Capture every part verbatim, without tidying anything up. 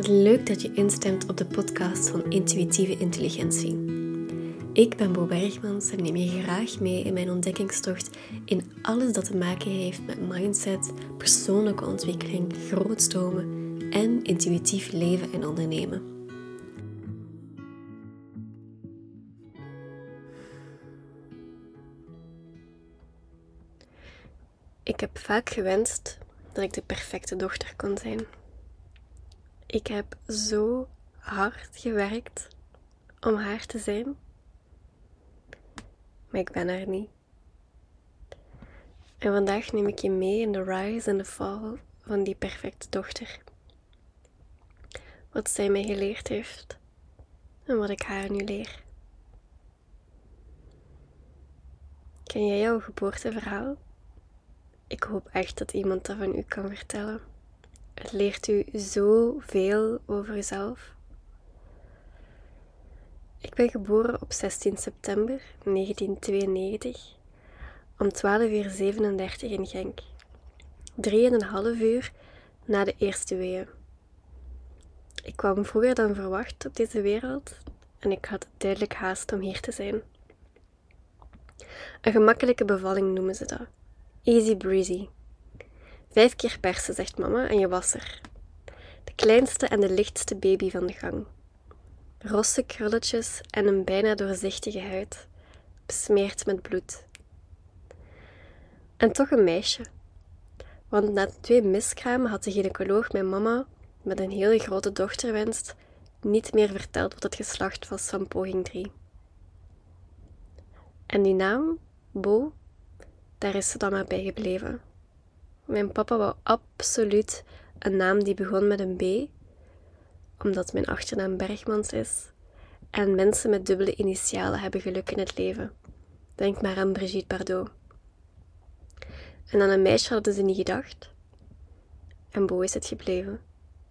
Leuk dat je instemt op de podcast van Intuïtieve Intelligentie. Ik ben Bo Bergmans en neem je graag mee in mijn ontdekkingstocht in alles dat te maken heeft met mindset, persoonlijke ontwikkeling, grootstromen en intuïtief leven en ondernemen. Ik heb vaak gewenst dat ik de perfecte dochter kon zijn. Ik heb zo hard gewerkt om haar te zijn, maar ik ben er niet. En vandaag neem ik je mee in de rise en de fall van die perfecte dochter. Wat zij mij geleerd heeft en wat ik haar nu leer. Ken jij jouw geboorteverhaal? Ik hoop echt dat iemand dat van u kan vertellen. Het leert u zoveel over uzelf. Ik ben geboren op zestien september negentien tweeënnegentig om twaalf uur zevenendertig in Genk. Drieënhalf uur na de eerste weeën. Ik kwam vroeger dan verwacht op deze wereld en ik had duidelijk haast om hier te zijn. Een gemakkelijke bevalling noemen ze dat. Easy breezy. Vijf keer persen, zegt mama, en je was er. De kleinste en de lichtste baby van de gang. Rosse krulletjes en een bijna doorzichtige huid, besmeerd met bloed. En toch een meisje. Want na twee miskramen had de gynaecoloog mijn mama, met een hele grote dochterwens, niet meer verteld wat het geslacht was van poging drie. En die naam, Bo, daar is ze dan maar bij gebleven. Mijn papa wou absoluut een naam die begon met een B, omdat mijn achternaam Bergmans is. En mensen met dubbele initialen hebben geluk in het leven. Denk maar aan Brigitte Bardot. En aan een meisje hadden ze niet gedacht. En Bo is het gebleven.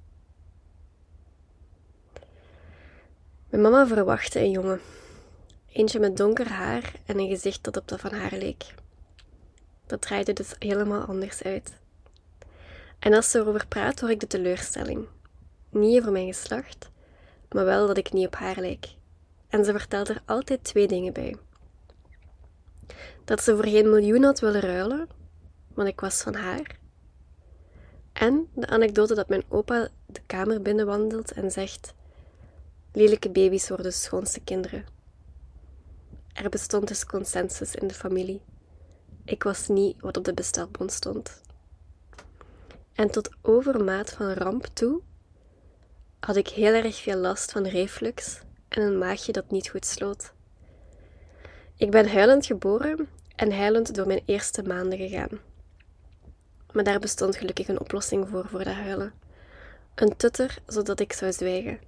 Mijn mama verwachtte een jongen. Eentje met donker haar en een gezicht dat op dat van haar leek. Dat draaide dus helemaal anders uit. En als ze erover praat, hoor ik de teleurstelling. Niet over mijn geslacht, maar wel dat ik niet op haar leek. En ze vertelt er altijd twee dingen bij. Dat ze voor geen miljoen had willen ruilen, want ik was van haar. En de anekdote dat mijn opa de kamer binnenwandelt en zegt: lelijke baby's worden de schoonste kinderen. Er bestond dus consensus in de familie. Ik was niet wat op de bestelbon stond. En tot overmaat van ramp toe had ik heel erg veel last van reflux en een maagje dat niet goed sloot. Ik ben huilend geboren en huilend door mijn eerste maanden gegaan. Maar daar bestond gelukkig een oplossing voor, voor dat huilen. Een tutter, zodat ik zou zwijgen.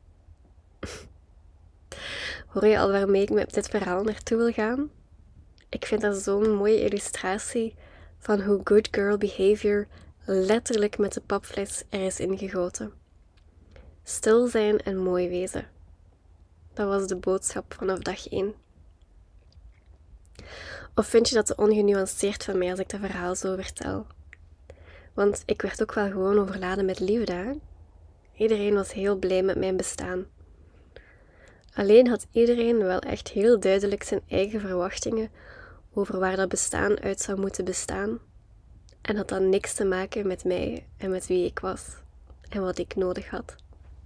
Hoor je al waarmee ik met dit verhaal naartoe wil gaan? Ik vind dat zo'n mooie illustratie van hoe good girl behavior letterlijk met de papfles er is ingegoten. Stil zijn en mooi wezen. Dat was de boodschap vanaf dag één. Of vind je dat te ongenuanceerd van mij als ik dat verhaal zo vertel? Want ik werd ook wel gewoon overladen met liefde. Hè? Iedereen was heel blij met mijn bestaan. Alleen had iedereen wel echt heel duidelijk zijn eigen verwachtingen over waar dat bestaan uit zou moeten bestaan. En had dan niks te maken met mij en met wie ik was en wat ik nodig had.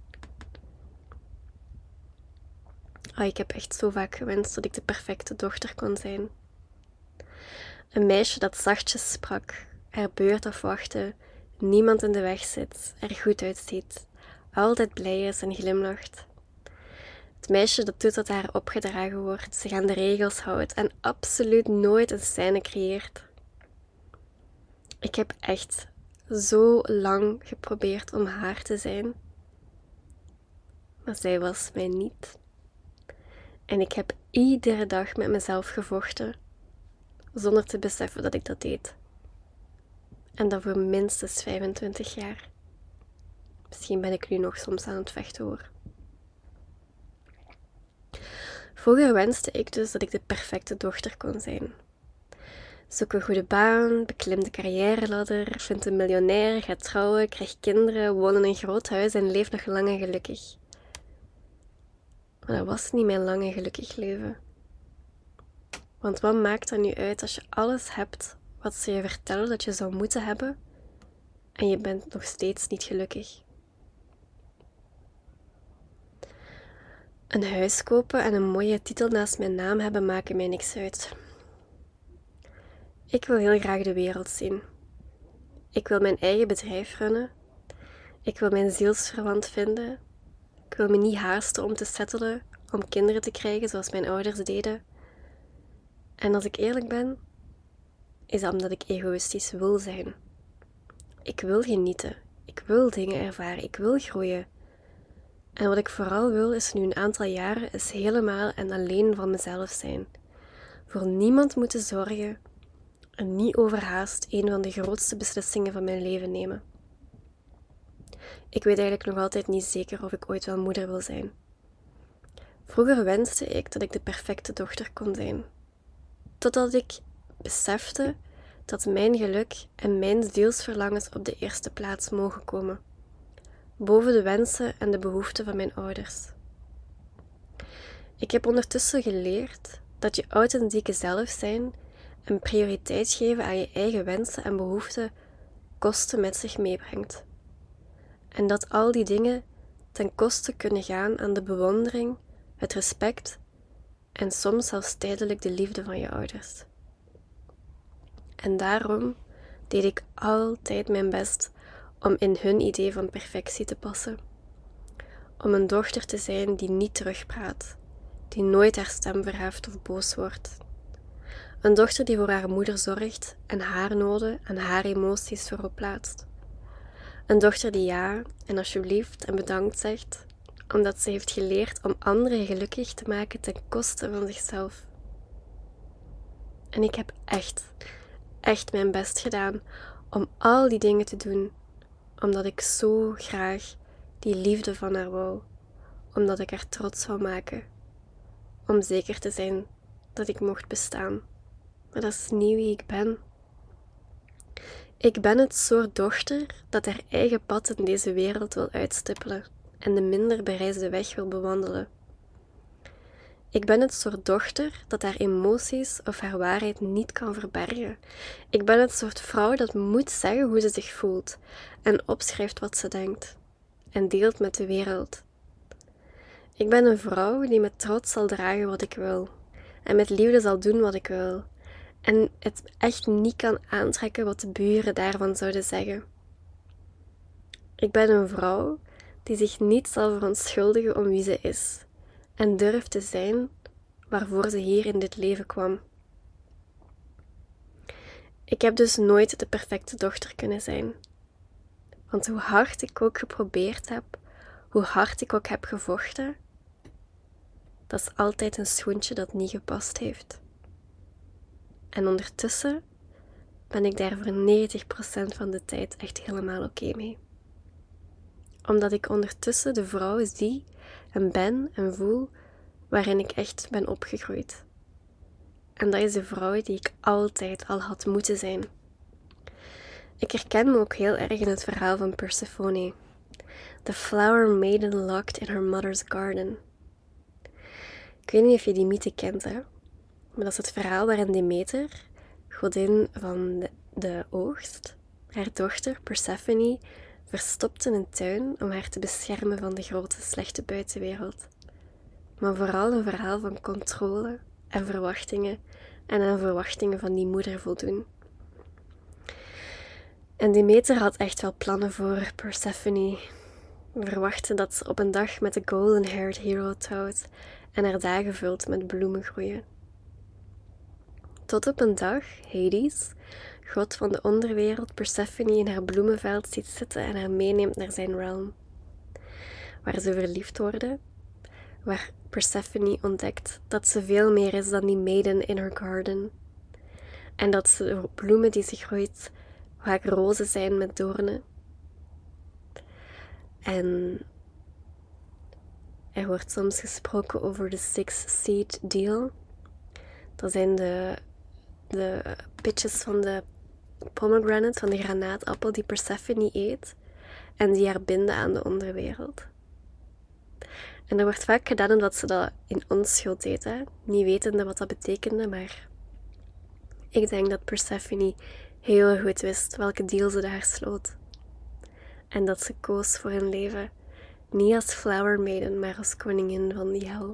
Oh, ik heb echt zo vaak gewenst dat ik de perfecte dochter kon zijn. Een meisje dat zachtjes sprak, haar beurt afwachtte, niemand in de weg zit, er goed uitziet, altijd blij is en glimlacht. Het meisje dat doet wat haar opgedragen wordt, zich aan de regels houdt en absoluut nooit een scène creëert. Ik heb echt zo lang geprobeerd om haar te zijn, maar zij was mij niet. En ik heb iedere dag met mezelf gevochten, zonder te beseffen dat ik dat deed. En dat voor minstens vijfentwintig jaar. Misschien ben ik nu nog soms aan het vechten hoor. Vroeger wenste ik dus dat ik de perfecte dochter kon zijn. Zoek een goede baan, beklim de carrièreladder, vind een miljonair, ga trouwen, krijg kinderen, woon in een groot huis en leef nog lang en gelukkig. Maar dat was niet mijn lang en gelukkig leven. Want wat maakt dat nu uit als je alles hebt wat ze je vertellen dat je zou moeten hebben en je bent nog steeds niet gelukkig? Een huis kopen en een mooie titel naast mijn naam hebben maken mij niks uit. Ik wil heel graag de wereld zien. Ik wil mijn eigen bedrijf runnen. Ik wil mijn zielsverwant vinden. Ik wil me niet haasten om te settelen, om kinderen te krijgen zoals mijn ouders deden. En als ik eerlijk ben, is dat omdat ik egoïstisch wil zijn. Ik wil genieten. Ik wil dingen ervaren. Ik wil groeien. En wat ik vooral wil, is nu een aantal jaren is helemaal en alleen van mezelf zijn. Voor niemand moeten zorgen en niet overhaast een van de grootste beslissingen van mijn leven nemen. Ik weet eigenlijk nog altijd niet zeker of ik ooit wel moeder wil zijn. Vroeger wenste ik dat ik de perfecte dochter kon zijn. Totdat ik besefte dat mijn geluk en mijn zielsverlangens op de eerste plaats mogen komen. Boven de wensen en de behoeften van mijn ouders. Ik heb ondertussen geleerd dat je authentieke zelf zijn en prioriteit geven aan je eigen wensen en behoeften kosten met zich meebrengt. En dat al die dingen ten koste kunnen gaan aan de bewondering, het respect en soms zelfs tijdelijk de liefde van je ouders. En daarom deed ik altijd mijn best om in hun idee van perfectie te passen. Om een dochter te zijn die niet terugpraat, die nooit haar stem verheft of boos wordt. Een dochter die voor haar moeder zorgt en haar noden en haar emoties voorop plaatst. Een dochter die ja en alsjeblieft en bedankt zegt, omdat ze heeft geleerd om anderen gelukkig te maken ten koste van zichzelf. En ik heb echt, echt mijn best gedaan om al die dingen te doen, omdat ik zo graag die liefde van haar wou, omdat ik haar trots wou maken, om zeker te zijn dat ik mocht bestaan. Maar dat is niet wie ik ben. Ik ben het soort dochter dat haar eigen pad in deze wereld wil uitstippelen en de minder bereisde weg wil bewandelen. Ik ben het soort dochter dat haar emoties of haar waarheid niet kan verbergen. Ik ben het soort vrouw dat moet zeggen hoe ze zich voelt en opschrijft wat ze denkt en deelt met de wereld. Ik ben een vrouw die met trots zal dragen wat ik wil en met liefde zal doen wat ik wil en het echt niet kan aantrekken wat de buren daarvan zouden zeggen. Ik ben een vrouw die zich niet zal verontschuldigen om wie ze is en durft te zijn waarvoor ze hier in dit leven kwam. Ik heb dus nooit de perfecte dochter kunnen zijn. Want hoe hard ik ook geprobeerd heb, hoe hard ik ook heb gevochten, dat is altijd een schoentje dat niet gepast heeft. En ondertussen ben ik daar voor negentig procent van de tijd echt helemaal oké mee. Omdat ik ondertussen de vrouw zie en ben en voel waarin ik echt ben opgegroeid. En dat is de vrouw die ik altijd al had moeten zijn. Ik herken me ook heel erg in het verhaal van Persephone. The flower maiden locked in her mother's garden. Ik weet niet of je die mythe kent, hè? Maar dat is het verhaal waarin Demeter, godin van de, de oogst, haar dochter Persephone verstopt in een tuin om haar te beschermen van de grote slechte buitenwereld. Maar vooral een verhaal van controle en verwachtingen en aan verwachtingen van die moeder voldoen. En Demeter had echt wel plannen voor Persephone. We verwachten dat ze op een dag met de golden-haired hero trouwt en haar dagen vult met bloemen groeien. Tot op een dag Hades, god van de onderwereld, Persephone in haar bloemenveld ziet zitten en haar meeneemt naar zijn realm. Waar ze verliefd worden, waar Persephone ontdekt dat ze veel meer is dan die maiden in her garden. En dat ze de bloemen die ze groeit vaak rozen zijn met doornen. En er wordt soms gesproken over de six-seed deal. Dat zijn de de pitjes van de pomegranate, van de granaatappel die Persephone eet en die haar binden aan de onderwereld. En dat wordt vaak gedaan omdat ze dat in onschuld deed, hè? Niet wetende wat dat betekende, maar ik denk dat Persephone heel goed wist welke deal ze daar sloot. En dat ze koos voor een leven niet als flower maiden, maar als koningin van die hel.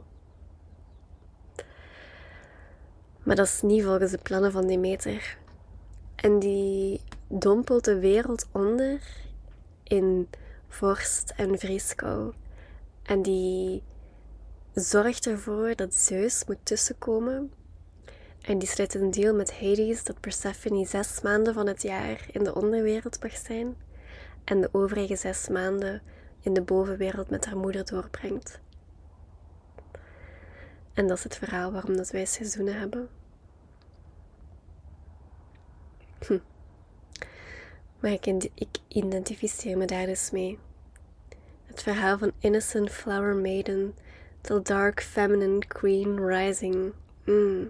Maar dat is niet volgens de plannen van Demeter. En die dompelt de wereld onder in vorst en vrieskou. En die zorgt ervoor dat Zeus moet tussenkomen. En die sluit een deal met Hades dat Persephone zes maanden van het jaar in de onderwereld mag zijn. En de overige zes maanden in de bovenwereld met haar moeder doorbrengt. En dat is het verhaal waarom dat wij seizoenen hebben. Hm. Maar ik, ik identificeer me daar dus mee. Het verhaal van Innocent Flower Maiden till Dark Feminine Queen Rising. Mm.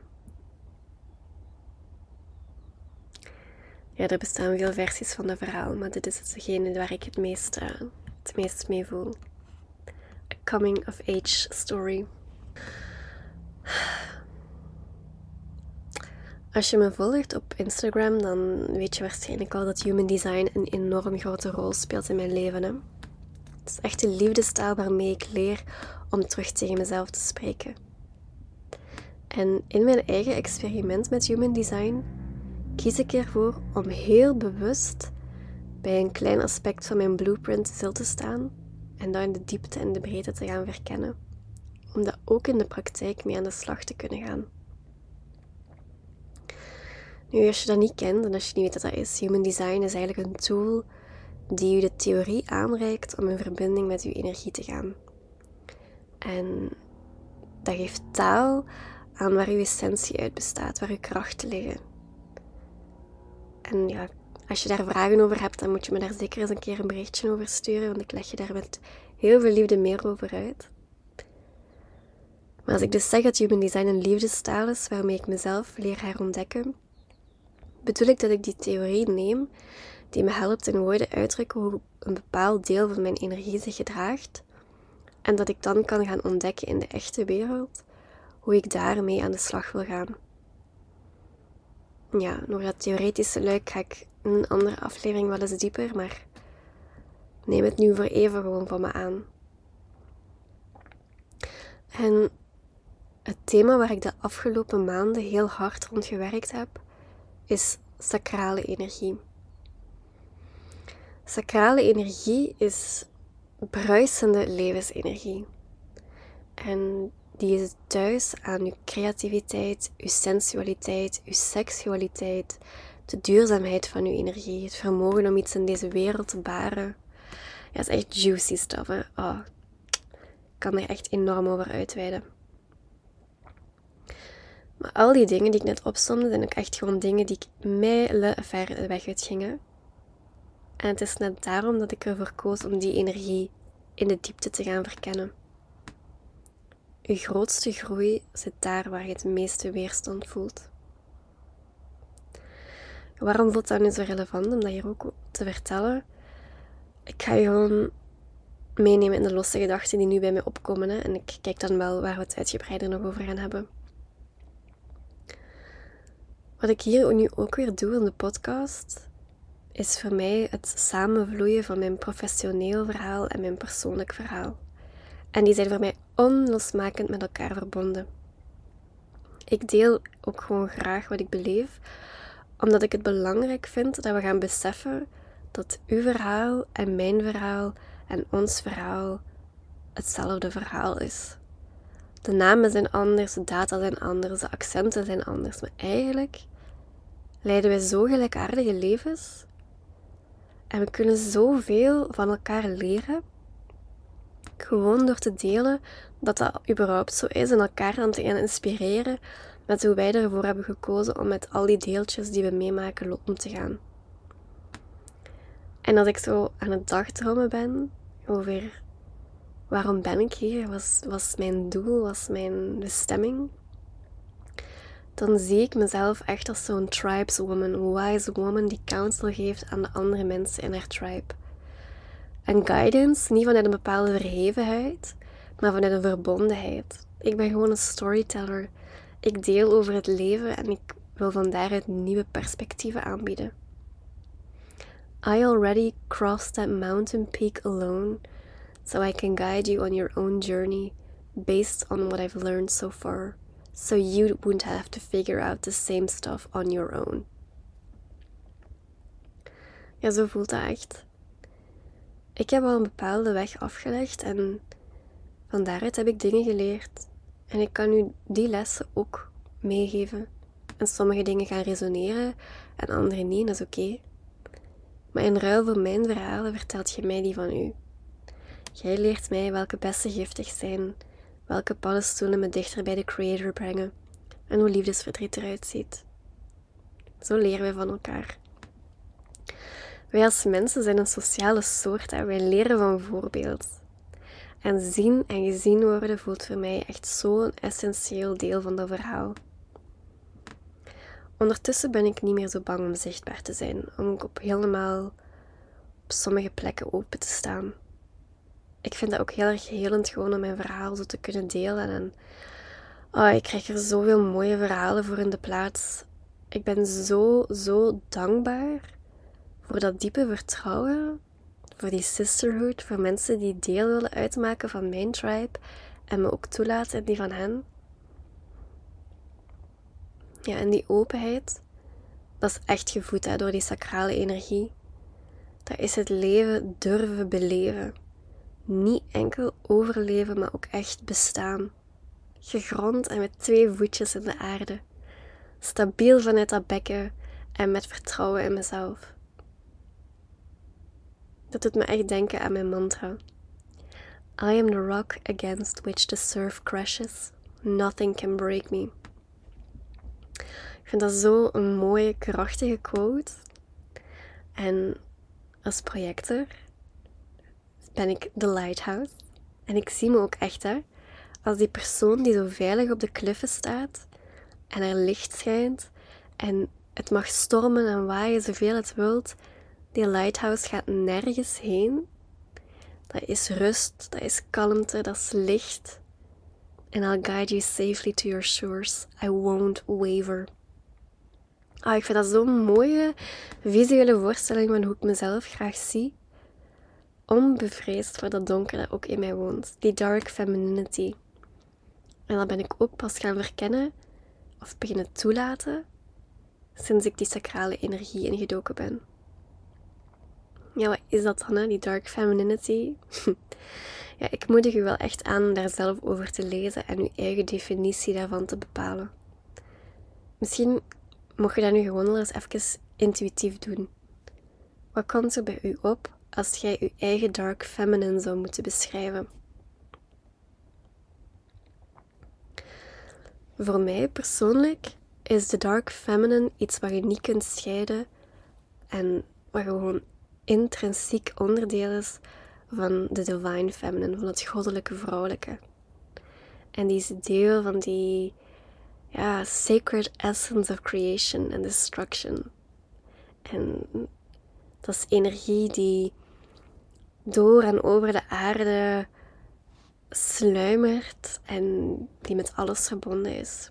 Ja, er bestaan veel versies van dat verhaal, maar dit is degene waar ik het meest, uh, het meest mee voel. A coming of age story. Als je me volgt op Instagram, dan weet je waarschijnlijk al dat human design een enorm grote rol speelt in mijn leven. Hè? Het is echt de liefdestaal waarmee ik leer om terug tegen mezelf te spreken. En in mijn eigen experiment met human design kies ik ervoor om heel bewust bij een klein aspect van mijn blueprint stil te staan en dat in de diepte en de breedte te gaan verkennen, om dat ook in de praktijk mee aan de slag te kunnen gaan. Nu, als je dat niet kent en als je niet weet wat dat is, human design is eigenlijk een tool die je de theorie aanreikt om in verbinding met je energie te gaan. En dat geeft taal aan waar je essentie uit bestaat, waar je krachten liggen. En ja, als je daar vragen over hebt, dan moet je me daar zeker eens een keer een berichtje over sturen, want ik leg je daar met heel veel liefde meer over uit. Maar als ik dus zeg dat human design een liefdestaal is waarmee ik mezelf leer herontdekken, bedoel ik dat ik die theorie neem die me helpt in woorden uitdrukken hoe een bepaald deel van mijn energie zich gedraagt en dat ik dan kan gaan ontdekken in de echte wereld hoe ik daarmee aan de slag wil gaan. Ja, door dat theoretische luik ga ik in een andere aflevering wel eens dieper, maar neem het nu voor even gewoon van me aan. En het thema waar ik de afgelopen maanden heel hard rond gewerkt heb, is sacrale energie. Sacrale energie is bruisende levensenergie. En die is thuis aan uw creativiteit, uw sensualiteit, uw seksualiteit, de duurzaamheid van uw energie, het vermogen om iets in deze wereld te baren. Ja, dat is echt juicy stuff, hè. Oh, ik kan er echt enorm over uitweiden. Maar al die dingen die ik net opsomde, zijn ook echt gewoon dingen die ik mijlen ver weg uit gingen. En het is net daarom dat ik ervoor koos om die energie in de diepte te gaan verkennen. Je grootste groei zit daar waar je het meeste weerstand voelt. Waarom voelt dat nu zo relevant om dat hier ook te vertellen? Ik ga je gewoon meenemen in de losse gedachten die nu bij mij opkomen. Hè? En ik kijk dan wel waar we het uitgebreider nog over gaan hebben. Wat ik hier nu ook weer doe in de podcast, is voor mij het samenvloeien van mijn professioneel verhaal en mijn persoonlijk verhaal. En die zijn voor mij onlosmakend met elkaar verbonden. Ik deel ook gewoon graag wat ik beleef, omdat ik het belangrijk vind dat we gaan beseffen dat uw verhaal en mijn verhaal en ons verhaal hetzelfde verhaal is. De namen zijn anders, de data zijn anders, de accenten zijn anders, maar eigenlijk leiden wij zo gelijkaardige levens en we kunnen zoveel van elkaar leren, gewoon door te delen dat dat überhaupt zo is en elkaar dan te gaan inspireren met hoe wij ervoor hebben gekozen om met al die deeltjes die we meemaken om te gaan. En als ik zo aan het dagdromen ben over waarom ben ik hier, was, was mijn doel, was mijn bestemming, dan zie ik mezelf echt als zo'n tribeswoman, wise woman die counsel geeft aan de andere mensen in haar tribe. En guidance, niet vanuit een bepaalde verhevenheid, maar vanuit een verbondenheid. Ik ben gewoon een storyteller. Ik deel over het leven en ik wil van daaruit nieuwe perspectieven aanbieden. I already crossed that mountain peak alone, so I can guide you on your own journey based on what I've learned so far, so you won't have to figure out the same stuff on your own. Ja, zo voelt dat echt. Ik heb al een bepaalde weg afgelegd en van daaruit heb ik dingen geleerd. En ik kan u die lessen ook meegeven. En sommige dingen gaan resoneren en andere niet, dat is oké. Okay. Maar in ruil voor mijn verhalen vertelt je mij die van u. Jij leert mij welke bessen giftig zijn, welke paddenstoelen me dichter bij de creator brengen en hoe liefdesverdriet eruit ziet. Zo leren we van elkaar. Wij als mensen zijn een sociale soort en wij leren van voorbeeld. En zien en gezien worden voelt voor mij echt zo'n essentieel deel van dat verhaal. Ondertussen ben ik niet meer zo bang om zichtbaar te zijn, om ook op helemaal op sommige plekken open te staan. Ik vind dat ook heel erg helend gewoon om mijn verhaal zo te kunnen delen. En oh, ik krijg er zoveel mooie verhalen voor in de plaats. Ik ben zo, zo dankbaar voor dat diepe vertrouwen, voor die sisterhood, voor mensen die deel willen uitmaken van mijn tribe en me ook toelaten in die van hen. Ja, en die openheid, dat is echt gevoed hè, door die sacrale energie. Dat is het leven durven beleven. Niet enkel overleven, maar ook echt bestaan. Gegrond en met twee voetjes in de aarde. Stabiel vanuit dat bekken en met vertrouwen in mezelf. Dat doet me echt denken aan mijn mantra. I am the rock against which the surf crashes. Nothing can break me. Ik vind dat zo een mooie, krachtige quote. En als projector ben ik de lighthouse. En ik zie me ook echt hè, als die persoon die zo veilig op de kliffen staat en er licht schijnt en het mag stormen en waaien zoveel het wilt. Die lighthouse gaat nergens heen. Dat is rust, dat is kalmte, dat is licht. And I'll guide you safely to your shores. I won't waver. Ah, ik vind dat zo'n mooie visuele voorstelling van hoe ik mezelf graag zie. Onbevreesd voor dat donker dat ook in mij woont. Die dark femininity. En dat ben ik ook pas gaan verkennen of beginnen toelaten sinds ik die sacrale energie ingedoken ben. Ja, wat is dat dan, hè? Die dark femininity? Ja, ik moedig u wel echt aan om daar zelf over te lezen en uw eigen definitie daarvan te bepalen. Misschien mocht je dat nu gewoon wel eens even intuïtief doen. Wat komt er bij u op als jij uw eigen dark feminine zou moeten beschrijven? Voor mij persoonlijk is de dark feminine iets wat je niet kunt scheiden en wat gewoon intrinsiek onderdeel is van de divine feminine, van het goddelijke vrouwelijke. En die is deel van die ja, sacred essence of creation and destruction. En dat is energie die door en over de aarde sluimert en die met alles verbonden is.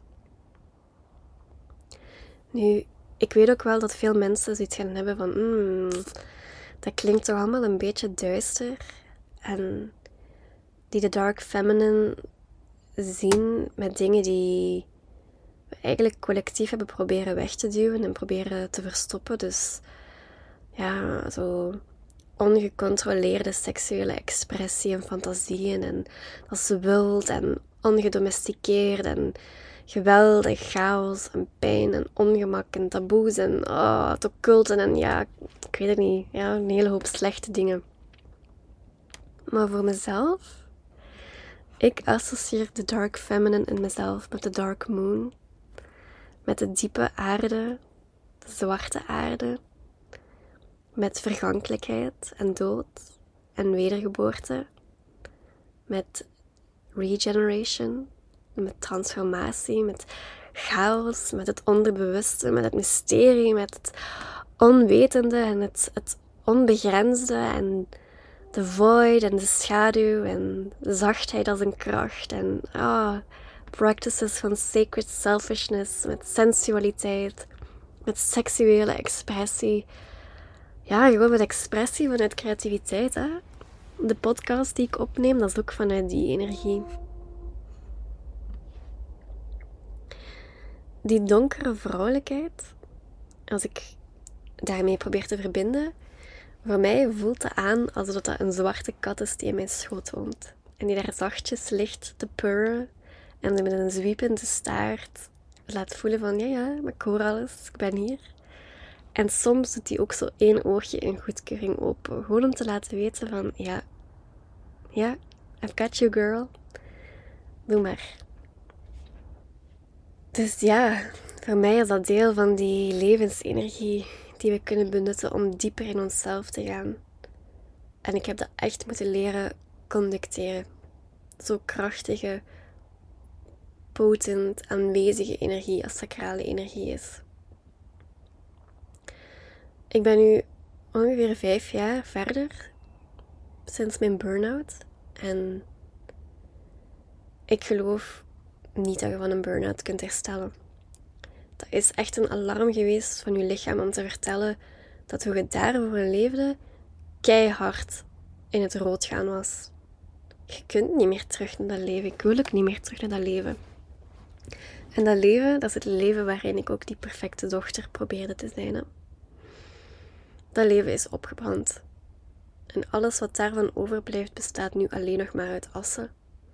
Nu, ik weet ook wel dat veel mensen zoiets gaan hebben van mm, dat klinkt toch allemaal een beetje duister en die de dark feminine zien met dingen die we eigenlijk collectief hebben proberen weg te duwen en proberen te verstoppen. Dus ja, zo ongecontroleerde seksuele expressie en fantasieën en dat is wild en ongedomesticeerd en geweld en chaos en pijn en ongemak en taboes en oh, het occulten en ja, ik weet het niet, ja, een hele hoop slechte dingen. Maar voor mezelf, ik associeer de dark feminine in mezelf met de dark moon, met de diepe aarde, de zwarte aarde, met vergankelijkheid en dood en wedergeboorte, met regeneration, met transformatie, met chaos, met het onderbewuste, met het mysterie, met het onwetende en het, het onbegrensde en de void en de schaduw en de zachtheid als een kracht en ah, practices van sacred selfishness, met sensualiteit, met seksuele expressie. Ja, gewoon met expressie vanuit creativiteit, hè. De podcast die ik opneem, dat is ook vanuit die energie. Die donkere vrouwelijkheid, als ik daarmee probeer te verbinden, voor mij voelt het aan alsof dat een zwarte kat is die in mijn schoot woont. En die daar zachtjes ligt te purren en met een zwiepende staart laat voelen van ja, ja, maar ik hoor alles, ik ben hier. En soms doet hij ook zo één oogje in goedkeuring open. Gewoon om te laten weten van ja, ja, I've got you girl. Doe maar. Dus ja, voor mij is dat deel van die levensenergie die we kunnen benutten om dieper in onszelf te gaan. En ik heb dat echt moeten leren conducteren. Zo krachtige, potent, aanwezige energie als sacrale energie is. Ik ben nu ongeveer vijf jaar verder sinds mijn burn-out. En ik geloof niet dat je van een burn-out kunt herstellen. Dat is echt een alarm geweest van je lichaam om te vertellen dat hoe je daarvoor leefde keihard in het rood gaan was. Je kunt niet meer terug naar dat leven. Ik wil ook niet meer terug naar dat leven. En dat leven, dat is het leven waarin ik ook die perfecte dochter probeerde te zijn. Hè? Dat leven is opgebrand. En alles wat daarvan overblijft bestaat nu alleen nog maar uit assen.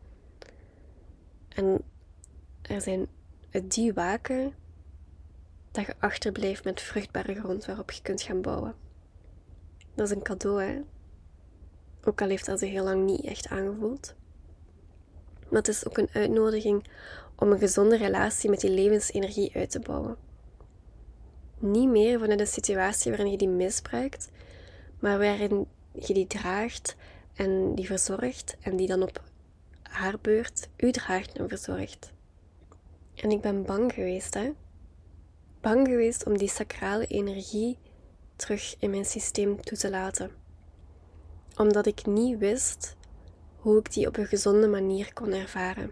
En er zijn die waken dat je achterblijft met vruchtbare grond waarop je kunt gaan bouwen. Dat is een cadeau, hè. Ook al heeft dat zich heel lang niet echt aangevoeld. Maar het is ook een uitnodiging om een gezonde relatie met die levensenergie uit te bouwen. Niet meer vanuit een situatie waarin je die misbruikt, maar waarin je die draagt en die verzorgt en die dan op haar beurt u draagt en verzorgt. En ik ben bang geweest, hè. Bang geweest om die sacrale energie terug in mijn systeem toe te laten. Omdat ik niet wist hoe ik die op een gezonde manier kon ervaren.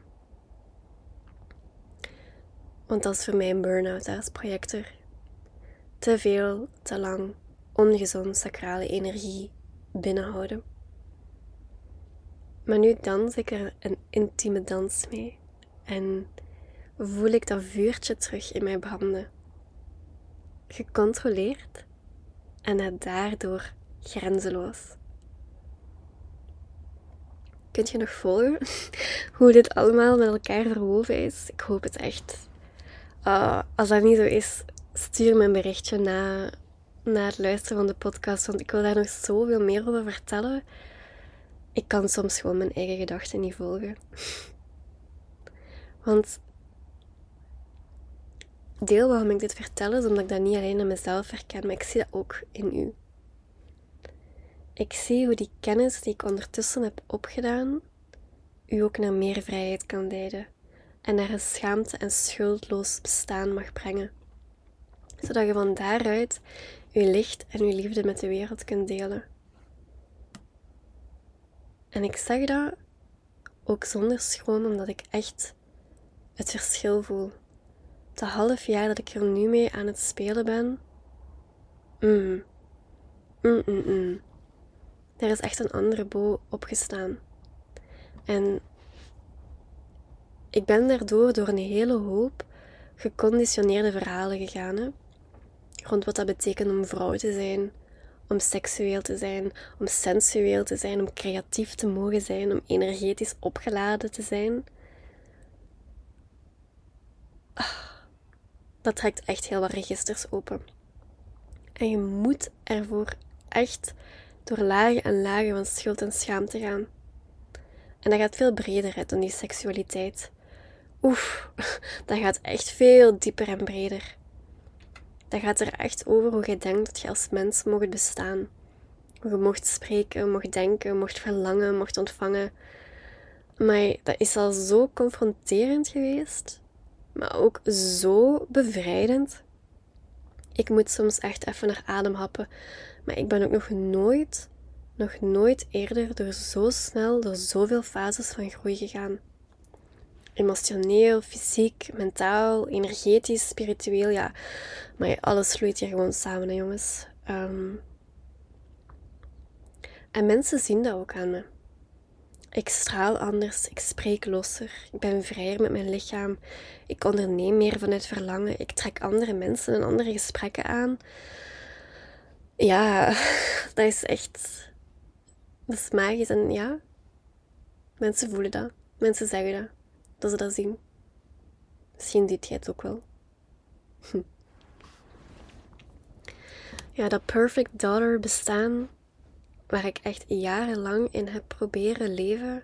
Want dat is voor mij een burn-out als projector. Te veel, te lang, ongezond sacrale energie binnenhouden. Maar nu dans ik er een intieme dans mee. En voel ik dat vuurtje terug in mij branden. Gecontroleerd en het daardoor grenzeloos. Kunt je nog volgen hoe dit allemaal met elkaar verwoven is? Ik hoop het echt. Uh, als dat niet zo is, stuur me een berichtje na, na het luisteren van de podcast, want ik wil daar nog zoveel meer over vertellen. Ik kan soms gewoon mijn eigen gedachten niet volgen. Want deel waarom ik dit vertel is omdat ik dat niet alleen aan mezelf herken, maar ik zie dat ook in u. Ik zie hoe die kennis die ik ondertussen heb opgedaan, u ook naar meer vrijheid kan leiden en naar een schaamte- en schuldloos bestaan mag brengen. Zodat je van daaruit uw licht en uw liefde met de wereld kunt delen. En ik zeg dat ook zonder schroom, omdat ik echt het verschil voel. Het half jaar dat ik er nu mee aan het spelen ben, mm, mm, mm, mm. Er is echt een andere bow opgestaan. En ik ben daardoor door een hele hoop geconditioneerde verhalen gegaan. Hè? Rond wat dat betekent om vrouw te zijn, om seksueel te zijn, om sensueel te zijn, om creatief te mogen zijn, om energetisch opgeladen te zijn. Dat trekt echt heel wat registers open. En je moet ervoor echt door lagen en lagen van schuld en schaamte gaan. En dat gaat veel breder uit dan die seksualiteit. Oef, dat gaat echt veel dieper en breder. Dat gaat er echt over hoe je denkt dat je als mens mocht bestaan. Hoe je mocht spreken, mocht denken, mocht verlangen, mocht ontvangen. Maar dat is al zo confronterend geweest. maar ook zo bevrijdend. Ik moet soms echt even naar adem happen, maar ik ben ook nog nooit, nog nooit eerder door zo snel, door zoveel fases van groei gegaan. Emotioneel, fysiek, mentaal, energetisch, spiritueel, ja. Maar alles vloeit hier gewoon samen, hè, jongens. Um, en mensen zien dat ook aan me. Ik straal anders, ik spreek losser, ik ben vrijer met mijn lichaam, ik onderneem meer vanuit verlangen, ik trek andere mensen en andere gesprekken aan. Ja, dat is echt, dat is magisch en ja, mensen voelen dat, mensen zeggen dat, dat ze dat zien. Misschien ziet jij het ook wel. Hm. Ja, dat perfect daughter bestaan, waar ik echt jarenlang in heb proberen leven,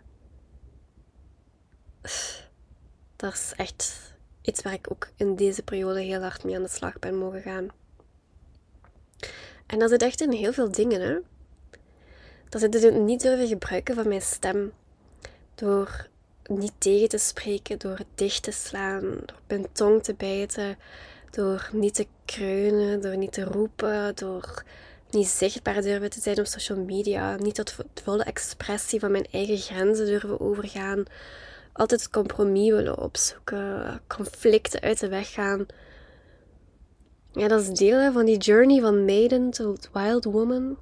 dat is echt iets waar ik ook in deze periode heel hard mee aan de slag ben mogen gaan. En dat zit echt in heel veel dingen, hè. Dat zit het niet durven gebruiken van mijn stem. Door niet tegen te spreken, door dicht te slaan, door mijn tong te bijten, door niet te kreunen, door niet te roepen, door niet zichtbaar durven te zijn op social media, niet tot volle expressie van mijn eigen grenzen durven overgaan, altijd compromis willen opzoeken, conflicten uit de weg gaan. Ja, dat is deel van die journey van maiden to wild woman.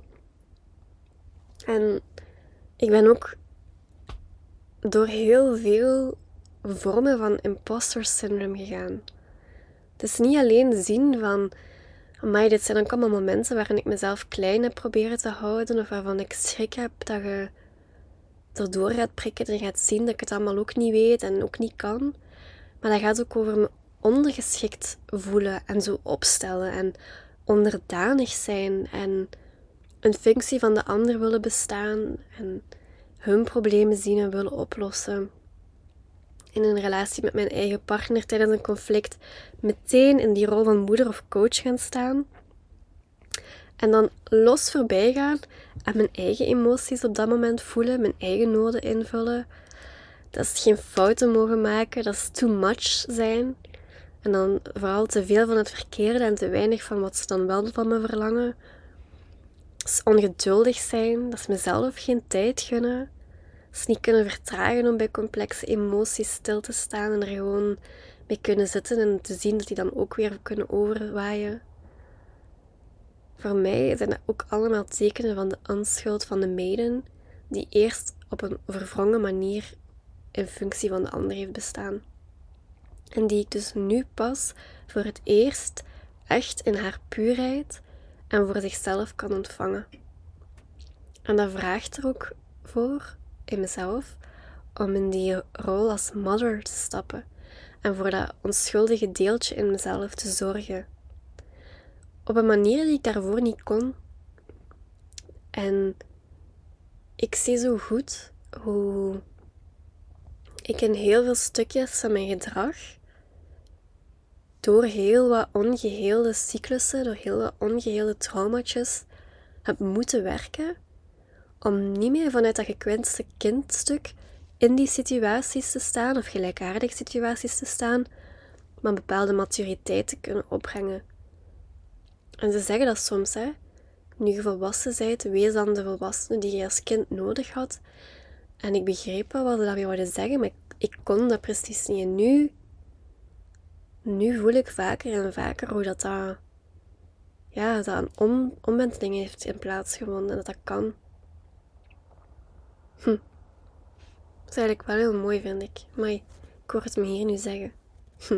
En ik ben ook door heel veel vormen van imposter syndrome gegaan. Het is niet alleen zien van, amai, dit zijn ook allemaal momenten waarin ik mezelf klein heb proberen te houden, of waarvan ik schrik heb dat je erdoor gaat prikken en gaat zien dat ik het allemaal ook niet weet en ook niet kan. Maar dat gaat ook over me ondergeschikt voelen en zo opstellen en onderdanig zijn en een functie van de ander willen bestaan en hun problemen zien en willen oplossen. In een relatie met mijn eigen partner tijdens een conflict meteen in die rol van moeder of coach gaan staan. En dan los voorbij gaan en mijn eigen emoties op dat moment voelen, mijn eigen noden invullen. Dat is geen fouten mogen maken, dat is too much zijn. En dan vooral te veel van het verkeerde en te weinig van wat ze dan wel van me verlangen. Dat is ongeduldig zijn, dat is mezelf geen tijd gunnen. Dat is niet kunnen vertragen om bij complexe emoties stil te staan en er gewoon mee kunnen zitten en te zien dat die dan ook weer kunnen overwaaien. Voor mij zijn dat ook allemaal tekenen van de onschuld van de maiden, die eerst op een verwrongen manier in functie van de ander heeft bestaan. En die ik dus nu pas voor het eerst echt in haar puurheid en voor zichzelf kan ontvangen. En dat vraagt er ook voor, in mezelf, om in die rol als mother te stappen en voor dat onschuldige deeltje in mezelf te zorgen. Op een manier die ik daarvoor niet kon. En ik zie zo goed hoe ik in heel veel stukjes van mijn gedrag, door heel wat ongeheelde cyclussen, door heel wat ongeheelde traumatjes, heb moeten werken om niet meer vanuit dat gekwetste kindstuk in die situaties te staan, of gelijkaardige situaties te staan, maar een bepaalde maturiteit te kunnen opbrengen. En ze zeggen dat soms, hè. Nu je volwassen bent, wees dan de volwassene die je als kind nodig had. En ik begreep wel wat ze daarmee wilden zeggen, maar ik, ik kon dat precies niet. En nu, nu voel ik vaker en vaker hoe dat, dat, ja, dat een om, omwenteling heeft in plaats gevonden en dat dat kan. Hm. Dat is eigenlijk wel heel mooi, vind ik. Maar ik hoor het me hier nu zeggen. Hm.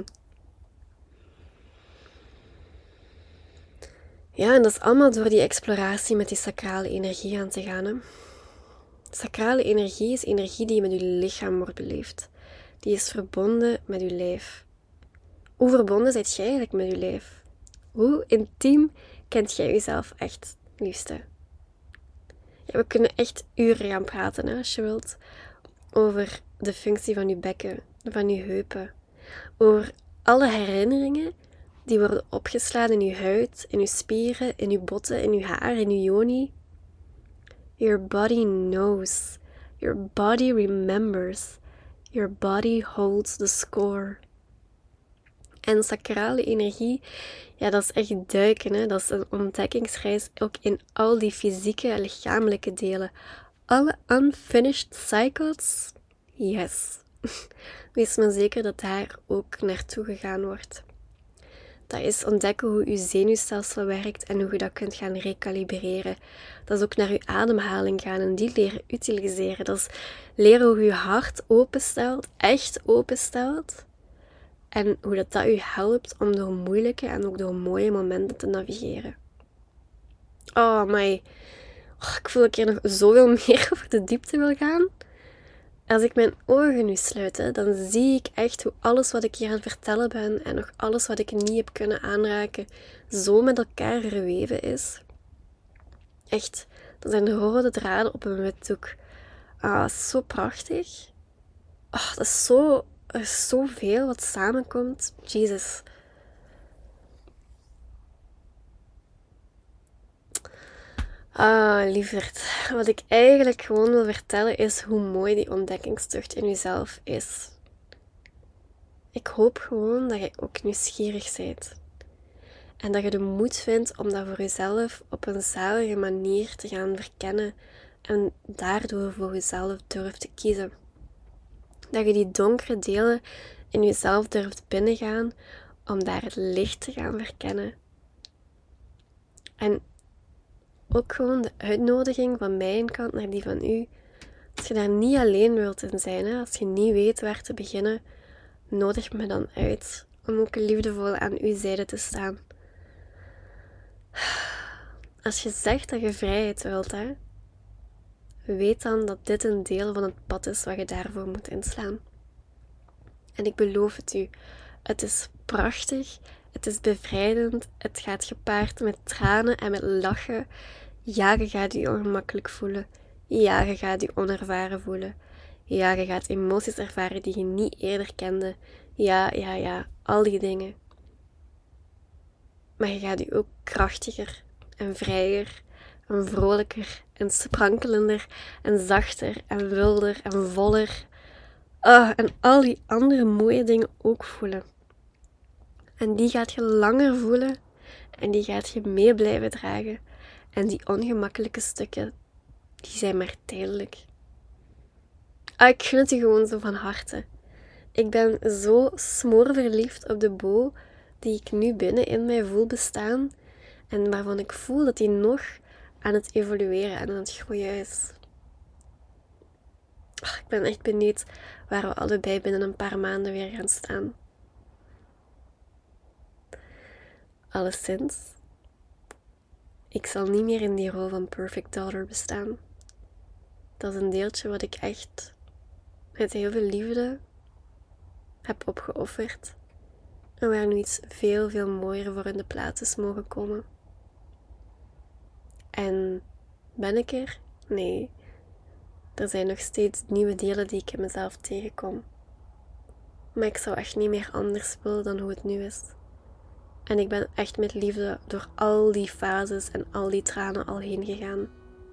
Ja, en dat is allemaal door die exploratie met die sacrale energie aan te gaan. Hè. Sacrale energie is energie die met je lichaam wordt beleefd. Die is verbonden met je lijf. Hoe verbonden zijt jij eigenlijk met je lijf? Hoe intiem kent jij jezelf echt, liefste? Ja, we kunnen echt uren gaan praten, hè, als je wilt. Over de functie van je bekken, van je heupen. Over alle herinneringen die worden opgeslagen in je huid, in je spieren, in je botten, in je haar, in je yoni. Your body knows. Your body remembers. Your body holds the score. En sacrale energie, ja, dat is echt duiken. Hè? Dat is een ontdekkingsreis ook in al die fysieke en lichamelijke delen. Alle unfinished cycles, yes. Wees maar zeker dat daar ook naartoe gegaan wordt. Dat is ontdekken hoe je zenuwstelsel werkt en hoe je dat kunt gaan recalibreren. Dat is ook naar je ademhaling gaan en die leren utiliseren. Dat is leren hoe je je hart openstelt, echt openstelt. En hoe dat, dat je helpt om door moeilijke en ook door mooie momenten te navigeren. Oh, my. Oh, ik voel dat ik hier nog zoveel meer over de diepte wil gaan. Als ik mijn ogen nu sluit, hè, dan zie ik echt hoe alles wat ik hier aan het vertellen ben en nog alles wat ik niet heb kunnen aanraken, zo met elkaar verweven is. Echt, dat zijn rode draden op een wit doek. Ah, zo prachtig. Oh, dat is zo, er is zoveel wat samenkomt. Jezus. Ah, lieverd. Wat ik eigenlijk gewoon wil vertellen is hoe mooi die ontdekkingstocht in jezelf is. Ik hoop gewoon dat je ook nieuwsgierig bent. En dat je de moed vindt om dat voor jezelf op een zalige manier te gaan verkennen. En daardoor voor jezelf durft te kiezen. Dat je die donkere delen in jezelf durft binnengaan om daar het licht te gaan verkennen. En ook gewoon de uitnodiging van mijn kant naar die van u. Als je daar niet alleen wilt in zijn, hè, als je niet weet waar te beginnen, nodig me dan uit om ook liefdevol aan uw zijde te staan. Als je zegt dat je vrijheid wilt, hè, weet dan dat dit een deel van het pad is wat je daarvoor moet inslaan. En ik beloof het u, het is prachtig, het is bevrijdend, het gaat gepaard met tranen en met lachen. Ja, je gaat je ongemakkelijk voelen. Ja, je gaat je onervaren voelen. Ja, je gaat emoties ervaren die je niet eerder kende. Ja, ja, ja, al die dingen. Maar je gaat je ook krachtiger en vrijer en vrolijker en sprankelender en zachter en wilder en voller. Oh, en al die andere mooie dingen ook voelen. En die gaat je langer voelen en die gaat je mee blijven dragen. En die ongemakkelijke stukken, die zijn maar tijdelijk. Ah, ik gun het je gewoon zo van harte. Ik ben zo smoorverliefd op de Bo die ik nu binnen in mij voel bestaan. En waarvan ik voel dat die nog aan het evolueren en aan het groeien is. Oh, ik ben echt benieuwd waar we allebei binnen een paar maanden weer gaan staan. Alleszins, ik zal niet meer in die rol van perfect daughter bestaan. Dat is een deeltje wat ik echt met heel veel liefde heb opgeofferd. En waar nu iets veel, veel mooier voor in de plaats is mogen komen. En ben ik er? Nee. Er zijn nog steeds nieuwe delen die ik in mezelf tegenkom. Maar ik zou echt niet meer anders willen dan hoe het nu is. En ik ben echt met liefde door al die fases en al die tranen al heen gegaan.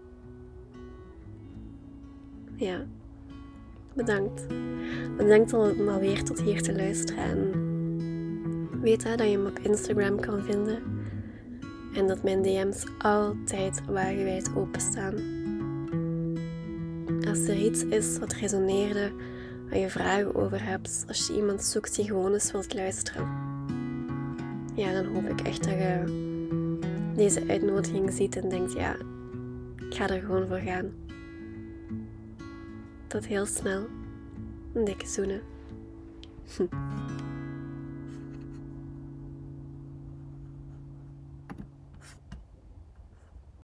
Ja. Bedankt. Bedankt om alweer tot hier te luisteren. En weet hè, dat je me op Instagram kan vinden. En dat mijn D M's altijd wagenwijd openstaan. Als er iets is wat resoneerde, waar je vragen over hebt, als je iemand zoekt die gewoon eens wilt luisteren. Ja, dan hoop ik echt dat je deze uitnodiging ziet en denkt, ja, ik ga er gewoon voor gaan. Tot heel snel. Een dikke zoenen.